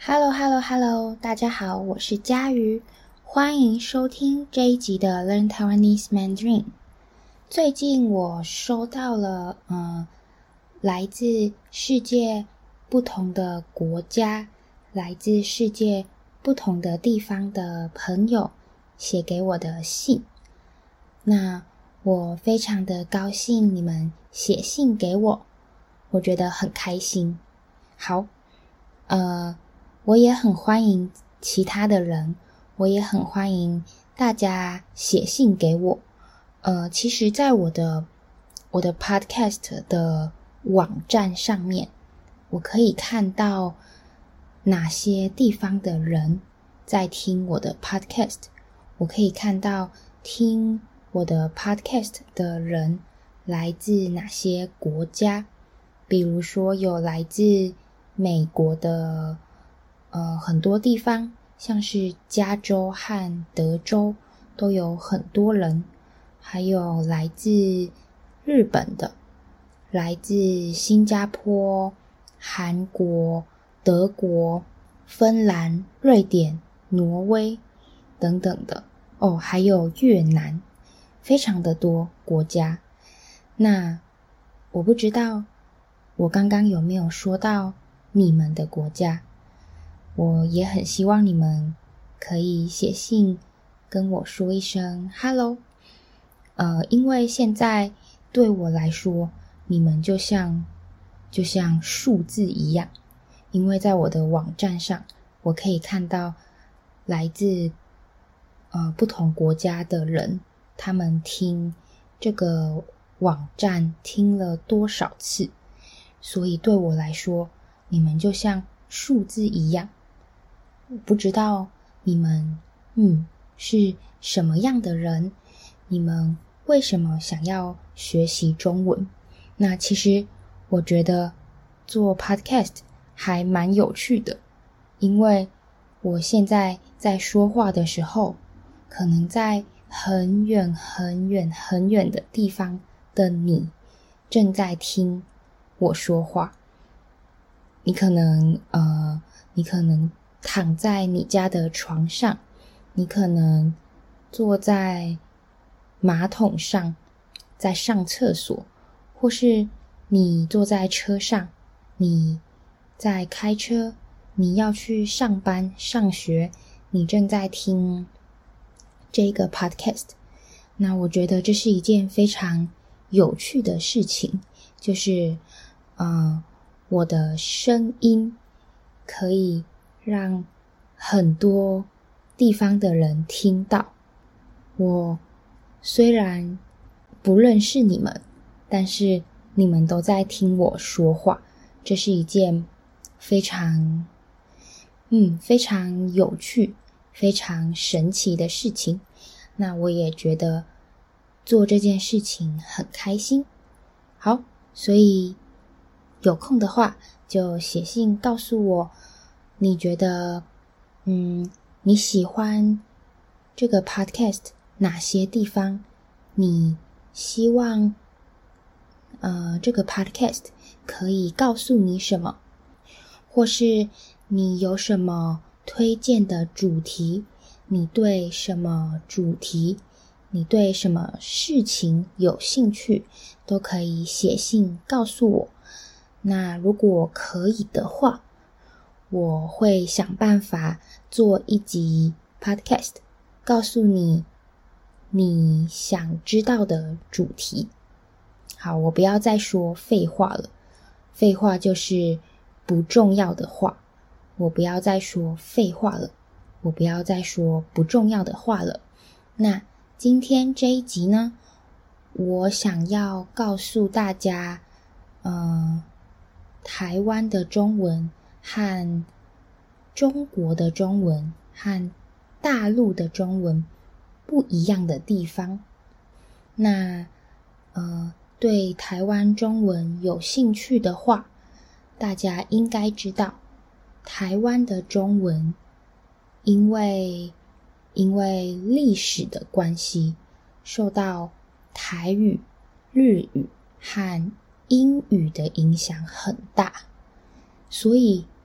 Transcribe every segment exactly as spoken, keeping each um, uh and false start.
Hello Hello Hello， 大家好，我是佳瑜，欢迎收听这一集的 Learn Taiwanese Mandarin。最近我收到了呃来自世界不同的国家，来自世界不同的地方的朋友写给我的信。那我非常的高兴你们写信给我，我觉得很开心。好，呃我也很欢迎其他的人，我也很欢迎大家写信给我。呃，其实在我的我的 podcast 的网站上面，我可以看到哪些地方的人在听我的 podcast， 我可以看到听我的 podcast 的人来自哪些国家，比如说有来自美国的呃，很多地方，像是加州和德州都有很多人，还有来自日本的，来自新加坡、韩国、德国、芬兰、瑞典、挪威等等的哦，还有越南，非常的多国家。那我不知道我刚刚有没有说到你们的国家，我也很希望你们可以写信跟我说一声 Hello。 呃，因为现在对我来说，你们就像就像数字一样，因为在我的网站上，我可以看到来自呃不同国家的人，他们听这个网站听了多少次，所以对我来说，你们就像数字一样。我不知道你们嗯是什么样的人，你们为什么想要学习中文？那其实我觉得做 podcast 还蛮有趣的，因为我现在在说话的时候，可能在很远很远很远的地方的你正在听我说话。你可能呃你可能躺在你家的床上，你可能坐在马桶上在上厕所，或是你坐在车上，你在开车，你要去上班上学，你正在听这个 podcast。 那我觉得这是一件非常有趣的事情，就是呃我的声音可以让很多地方的人听到。我虽然不认识你们，但是你们都在听我说话，这是一件非常嗯非常有趣非常神奇的事情。那我也觉得做这件事情很开心。好，所以有空的话就写信告诉我，你觉得嗯你喜欢这个 podcast 哪些地方，你希望呃这个 podcast 可以告诉你什么，或是你有什么推荐的主题，你对什么主题，你对什么事情有兴趣，都可以写信告诉我。那如果可以的话，我会想办法做一集 podcast， 告诉你你想知道的主题。好，我不要再说废话了，废话就是不重要的话，我不要再说废话了，我不要再说不重要的话了。那今天这一集呢，我想要告诉大家呃，台湾的中文和中国的中文和大陆的中文不一样的地方。那呃，对台湾中文有兴趣的话，大家应该知道，台湾的中文因为因为历史的关系，受到台语、日语和英语的影响很大，所以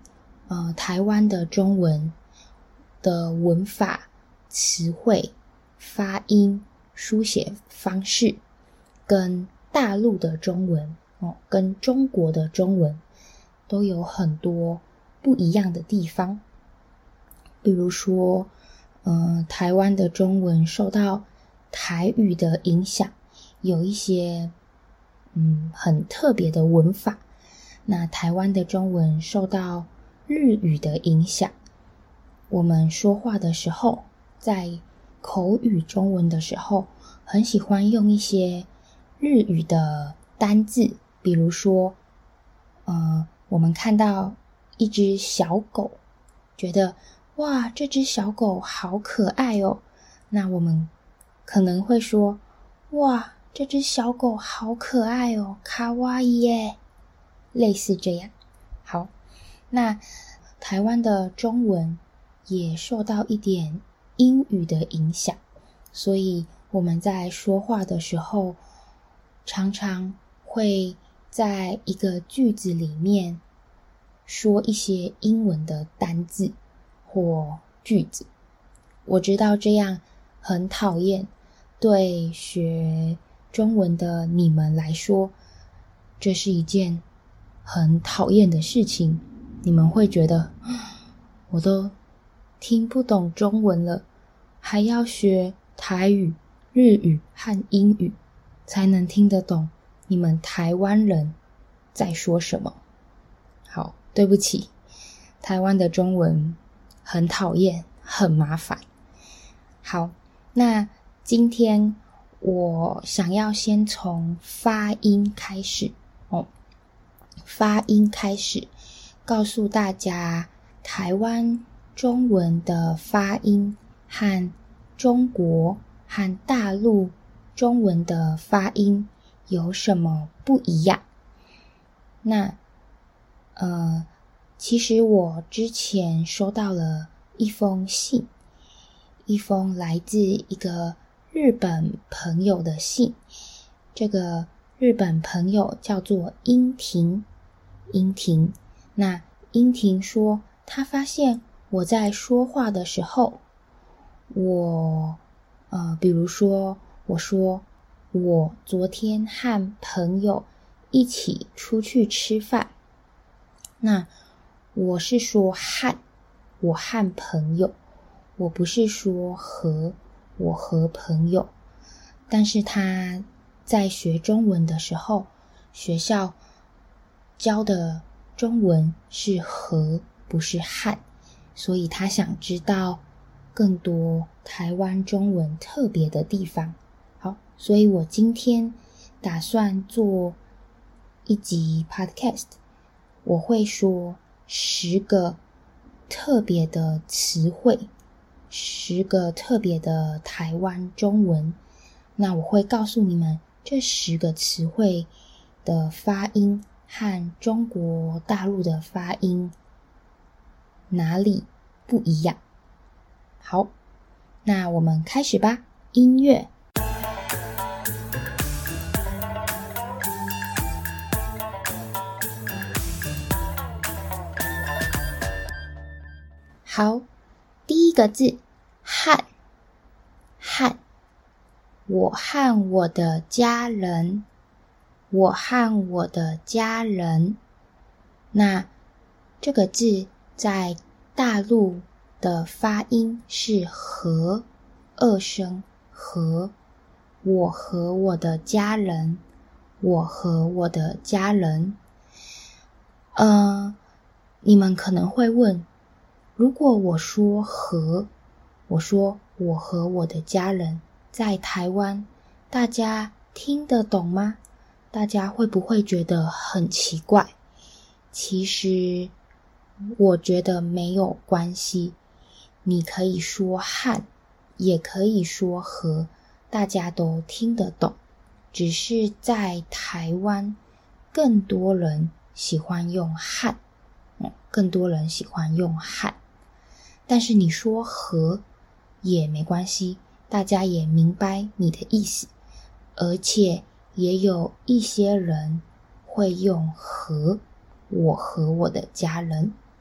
呃台湾的中文的文法、词汇、发音、书写方式跟大陆的中文哦，跟中国的中文都有很多不一样的地方。比如说呃台湾的中文受到台语的影响，有一些嗯很特别的文法。那台湾的中文受到日语的影响，我们说话的时候，在口语中文的时候，很喜欢用一些日语的单字，比如说呃我们看到一只小狗，觉得哇这只小狗好可爱哦，那我们可能会说哇这只小狗好可爱哦，卡哇伊耶，类似这样。好，那台湾的中文也受到一点英语的影响，所以我们在说话的时候，常常会在一个句子里面说一些英文的单字或句子。我知道这样很讨厌，对学中文的你们来说，这是一件很讨厌的事情。你们会觉得我都听不懂中文了，还要学台语、日语和英语才能听得懂你们台湾人在说什么。好，对不起，台湾的中文很讨厌，很麻烦。好，那今天我想要先从发音开始哦，发音开始告诉大家台湾中文的发音和中国和大陆中文的发音有什么不一样。那呃，其实我之前收到了一封信，一封来自一个日本朋友的信。这个日本朋友叫做英婷，英婷。那英婷说，她发现我在说话的时候，我呃，比如说我说我昨天和朋友一起出去吃饭，那我是说和，我和朋友，我不是说和，我和朋友。但是他在学中文的时候，学校教的中文是和，不是和，所以他想知道更多台湾中文特别的地方。好，所以我今天打算做一集 podcast， 我会说十个特别的词汇，十个特别的台湾中文。那我会告诉你们这十个词汇的发音和中国大陆的发音哪里不一样。好，那我们开始吧。音乐。好，第一个字和，和，我和我的家人，我和我的家人。那这个字在大陆的发音是和，二声和，我和我的家人，我和我的家人。呃，你们可能会问，如果我说和，我说我和我的家人，在台湾，大家听得懂吗？大家会不会觉得很奇怪？其实我觉得没有关系，你可以说和，也可以说和，大家都听得懂。只是在台湾，更多人喜欢用和，嗯，更多人喜欢用和。但是你说和也没关系，大家也明白你的意思，而且也有一些人会用和，我和我的家人。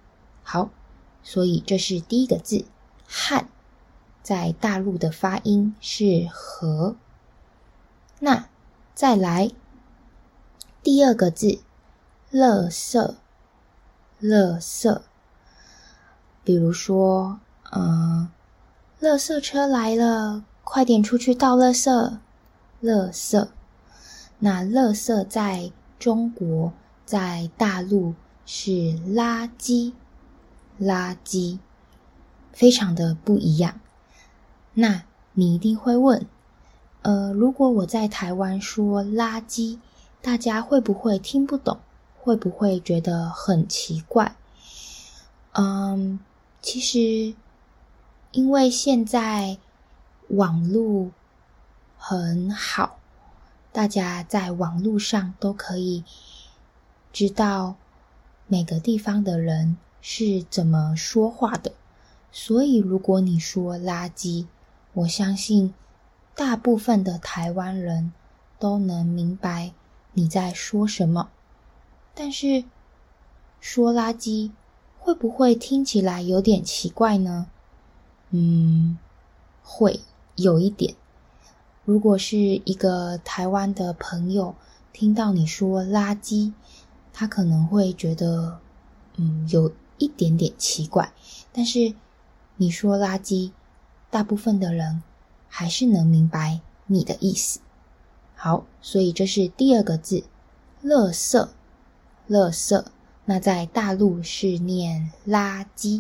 好，所以这是第一个字，汉，在大陆的发音是和。那再来第二个字，垃圾，垃圾。比如说，嗯，垃圾车来了，快点出去倒垃圾，垃圾。那垃圾在中国，在大陆是垃圾，垃圾，非常的不一样。那你一定会问，呃，如果我在台湾说垃圾，大家会不会听不懂？会不会觉得很奇怪？嗯，其实因为现在网络很好，大家在网络上都可以知道每个地方的人是怎么说话的，所以如果你说垃圾，我相信大部分的台湾人都能明白你在说什么。但是说垃圾会不会听起来有点奇怪呢？嗯，会有一点。如果是一个台湾的朋友听到你说垃圾，他可能会觉得嗯有一点点奇怪，但是你说垃圾，大部分的人还是能明白你的意思。好，所以这是第二个字，垃圾，垃圾。那在大陆是念垃圾。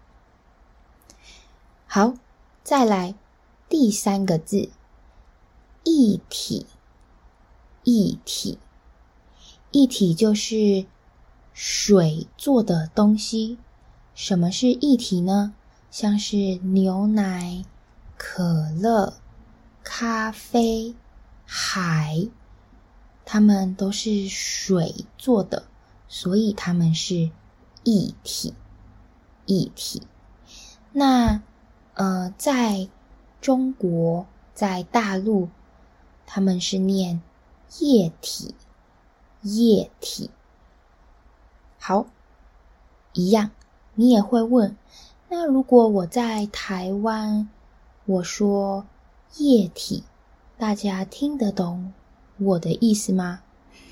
好，再来第三个字，液体，液体，液体就是水做的东西。什么是液体呢？像是牛奶、可乐、咖啡、海，它们都是水做的，所以它们是液体，液体。那呃，在中国，在大陆，他们是念液体，液体。好，一样，你也会问，那如果我在台湾，我说液体，大家听得懂我的意思吗？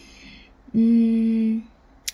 嗯，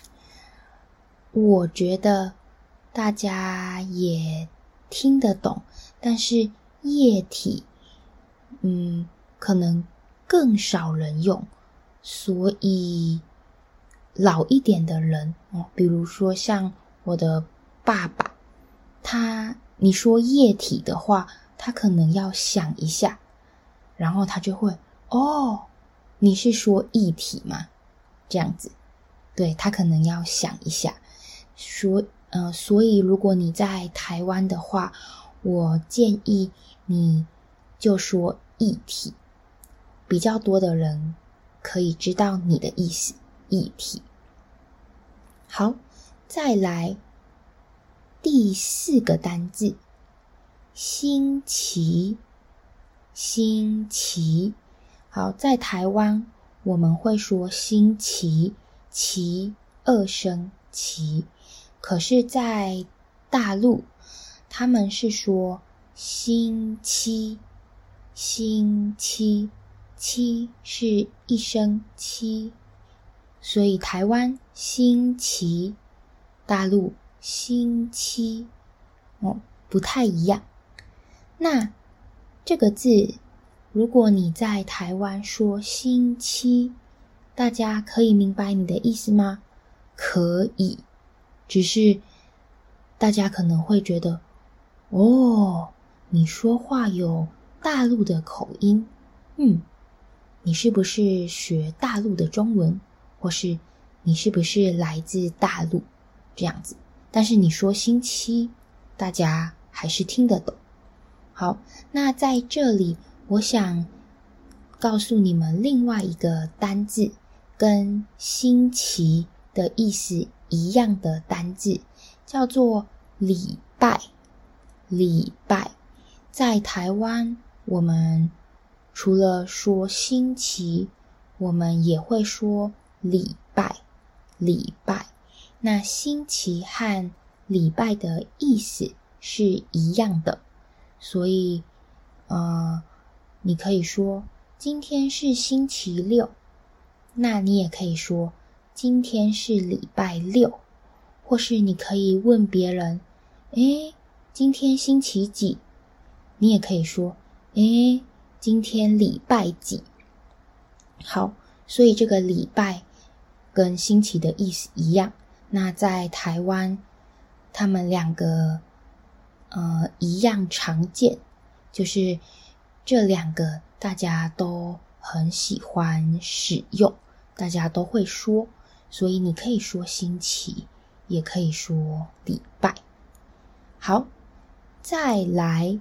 我觉得大家也听得懂，但是液体，嗯，可能更少人用，所以老一点的人哦，比如说像我的爸爸，他你说液体的话，他可能要想一下，然后他就会哦，你是说液体吗？这样子，对，他可能要想一下。说呃，所以如果你在台湾的话，我建议你就说液体，比较多的人可以知道你的意思，液体。好，再来第四个单字，星期，星期。好，在台湾我们会说星期，期二声期。可是在大陆他们是说星期，星期，七是一声七，所以台湾星期，大陆星期，哦，不太一样。那这个字，如果你在台湾说星期，大家可以明白你的意思吗？可以，只是大家可能会觉得，哦，你说话有大陆的口音，嗯，你是不是学大陆的中文，或是你是不是来自大陆这样子？但是你说星期，大家还是听得懂。好，那在这里我想告诉你们另外一个单字，跟星期的意思一样的单字，叫做礼拜。礼拜，在台湾我们除了说星期，我们也会说礼拜，礼拜。那星期和礼拜的意思是一样的，所以呃，你可以说今天是星期六，那你也可以说今天是礼拜六，或是你可以问别人，诶，今天星期几？你也可以说，诶，今天礼拜几？好，所以这个礼拜跟星期的意思一样。那在台湾，他们两个呃一样常见，就是这两个大家都很喜欢使用，大家都会说，所以你可以说星期，也可以说礼拜。好，再来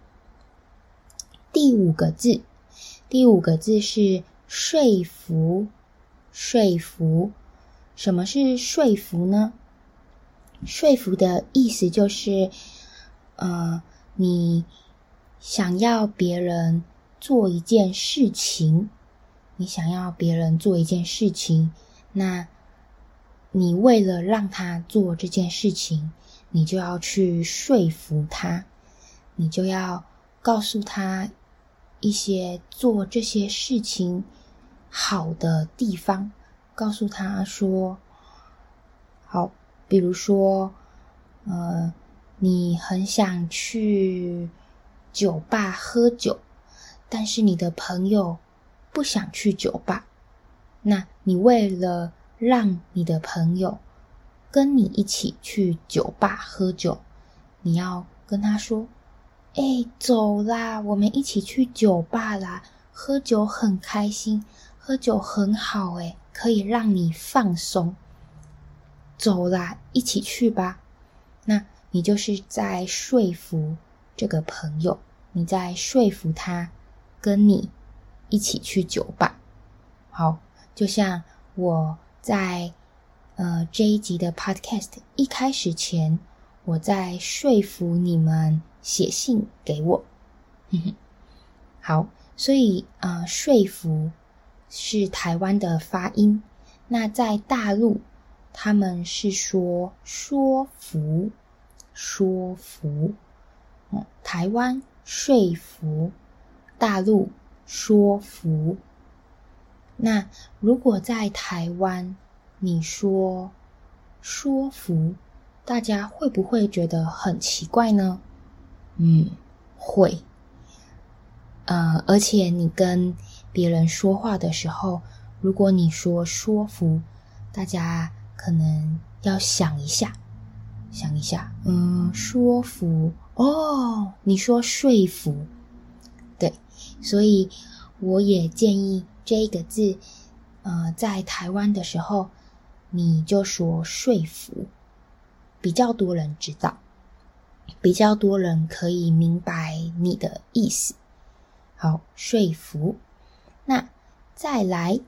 第五个字，第五个字是说服，说服。什么是说服呢？说服的意思就是，呃，你想要别人做一件事情，你想要别人做一件事情，那你为了让他做这件事情，你就要去说服他，你就要告诉他一些做这些事情好的地方，告诉他说，好，比如说，呃，你很想去酒吧喝酒，但是你的朋友不想去酒吧，那你为了让你的朋友跟你一起去酒吧喝酒，你要跟他说，哎，走啦，我们一起去酒吧啦，喝酒很开心，喝酒很好诶，可以让你放松，走啦，一起去吧。那你就是在说服这个朋友，你在说服他跟你一起去酒吧。好，就像我在呃这一集的 podcast 一开始前，我在说服你们写信给我。好，所以呃说服是台湾的发音，那在大陆他们是说说服，说服。嗯，台湾说服，大陆说服。那如果在台湾你说说服，大家会不会觉得很奇怪呢？嗯，会。呃，而且你跟别人说话的时候，如果你说说服，大家可能要想一下，想一下，嗯，说服，哦，你说说服，对，所以我也建议这个字，呃，在台湾的时候，你就说说服，比较多人知道，比较多人可以明白你的意思。好，说服。那再来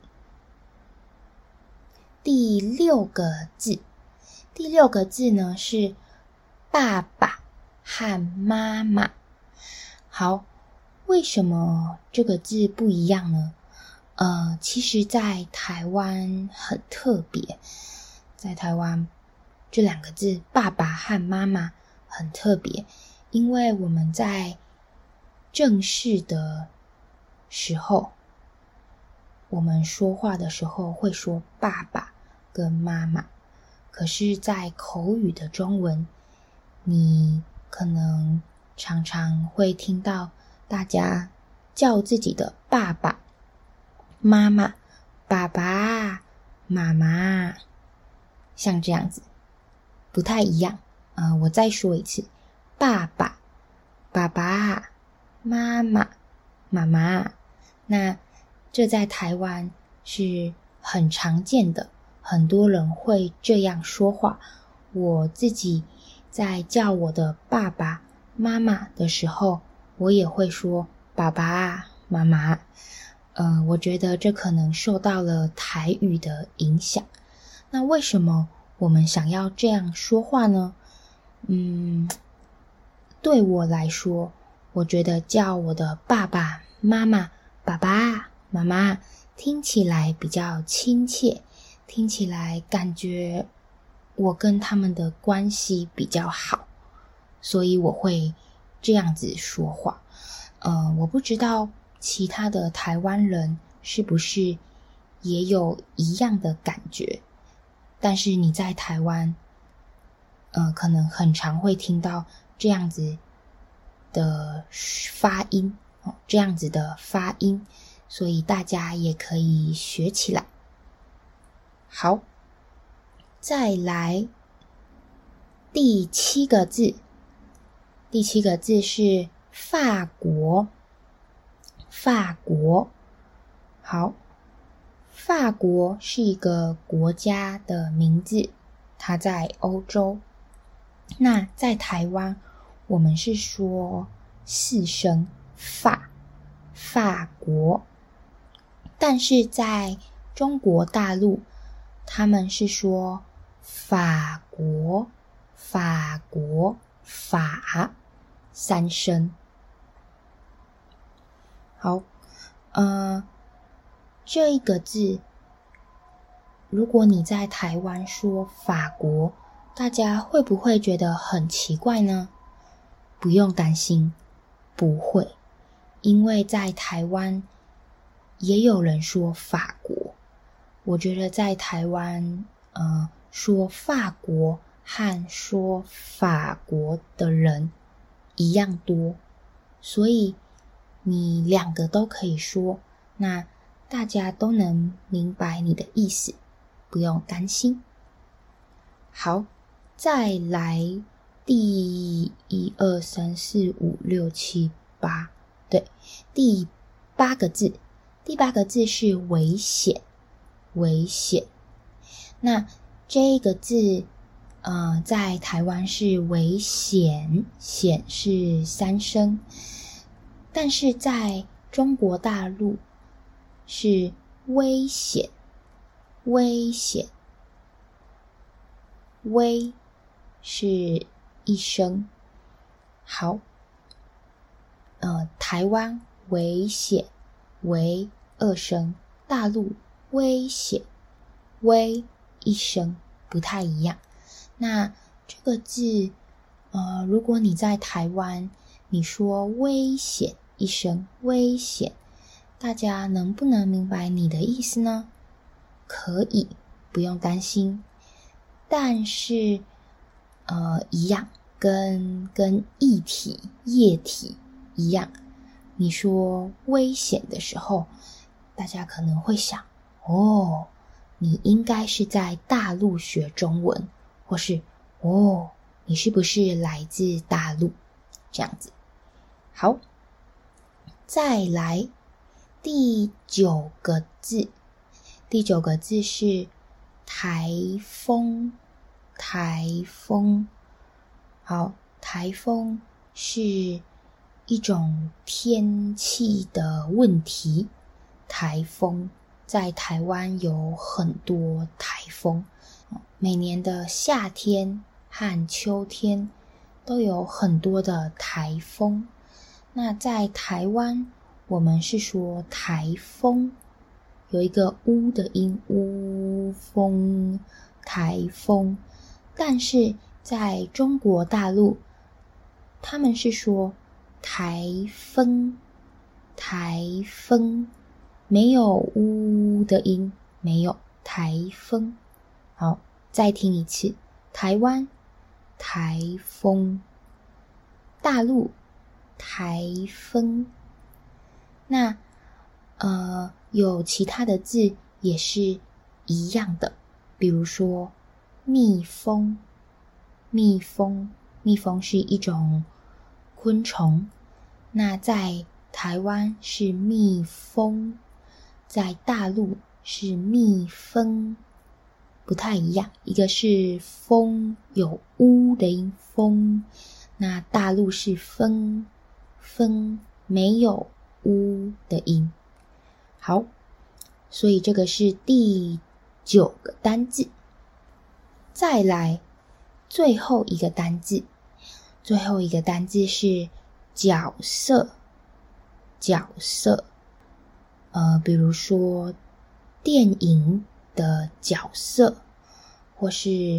第六个字，第六个字呢是爸爸和妈妈。好，为什么这个字不一样呢？呃，其实在台湾很特别，在台湾这两个字爸爸和妈妈很特别，因为我们在正式的时候，我们说话的时候会说爸爸跟妈妈，可是在口语的中文，你可能常常会听到大家叫自己的爸爸、妈妈、爸爸、妈妈，像这样子，不太一样。呃，我再说一次，爸爸、爸爸、妈妈、妈妈。那这在台湾是很常见的，很多人会这样说话。我自己在叫我的爸爸妈妈的时候，我也会说爸爸妈妈。呃，我觉得这可能受到了台语的影响。那为什么我们想要这样说话呢？嗯，对我来说，我觉得叫我的爸爸妈妈、爸爸妈妈听起来比较亲切，听起来感觉我跟他们的关系比较好，所以我会这样子说话。呃，我不知道其他的台湾人是不是也有一样的感觉，但是你在台湾，呃，可能很常会听到这样子的发音，哦，这样子的发音，所以大家也可以学起来。好，再来第七个字，第七个字是法国，法国。好，法国是一个国家的名字，它在欧洲。那在台湾，我们是说四声法，法国。但是在中国大陆，他们是说法国，法国，法，三声。好，呃，这一个字，如果你在台湾说法国，大家会不会觉得很奇怪呢？不用担心，不会，因为在台湾也有人说法国。我觉得在台湾，呃，说法国和说法国的人一样多，所以你两个都可以说，那大家都能明白你的意思，不用担心。好，再来第一二三四五六七八，对，第八个字，第八个字是危险，危险。那这个字，呃，在台湾是危险，险是三声，但是在中国大陆是危险，危险，危是一声。好，呃，台湾危险，危二声，大陆危险，危一声，不太一样。那这个字，呃，如果你在台湾，你说危险一声，危险，大家能不能明白你的意思呢？可以，不用担心。但是，呃，一样，跟跟液体、液体一样，你说危险的时候，大家可能会想，哦，你应该是在大陆学中文，或是哦，你是不是来自大陆？这样子。好，再来第九个字，第九个字是台风，台风。好，台风是一种天气的问题，台风在台湾有很多台风，每年的夏天和秋天都有很多的台风。那在台湾，我们是说台风，有一个乌的音，乌风，台风。但是在中国大陆，他们是说台风，台风，没有乌的音，没有台风。好，再听一次，台湾，台风，大陆，台风。那呃，有其他的字也是一样的，比如说蜜蜂，蜜蜂，蜜蜂是一种昆虫，那在台湾是蜜蜂，在大陆是蜜蜂，不太一样，一个是风，有乌的音，风，那大陆是风，风，没有乌的音。好，所以这个是第九个单字。再来最后一个单字，最后一个单字是角色，角色。呃，比如说电影的角色，或是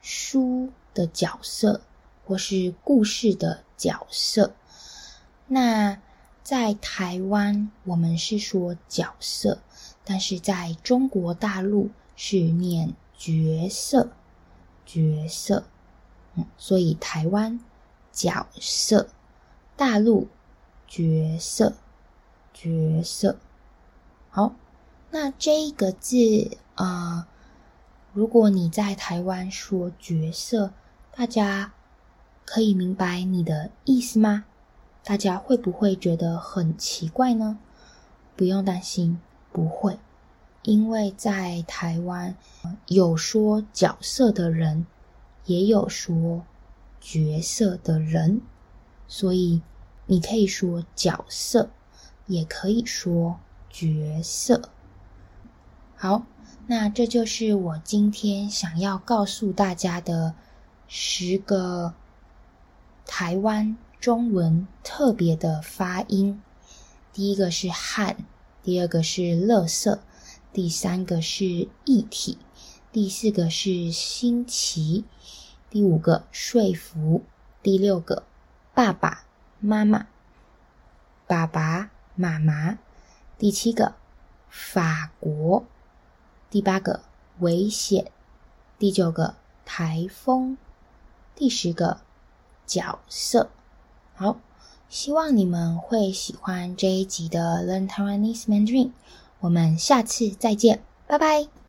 书的角色或是故事的角色。那在台湾我们是说角色，但是在中国大陆是念角色，角色，嗯，所以台湾角色，大陆角色，角色。好，那这一个字呃，如果你在台湾说角色，大家可以明白你的意思吗？大家会不会觉得很奇怪呢？不用担心，不会，因为在台湾有说角色的人，也有说角色的人，所以你可以说角色，也可以说角色。好，那这就是我今天想要告诉大家的十个台湾中文特别的发音。第一个是汉，第二个是垃圾，第三个是液体，第四个是新奇，第五个说服，第六个爸爸妈妈，爸爸妈妈，第七个法国，第八个危险，第九个台风，第十个角色。好，希望你们会喜欢这一集的 Learn Taiwanese Mandarin， 我们下次再见，拜拜。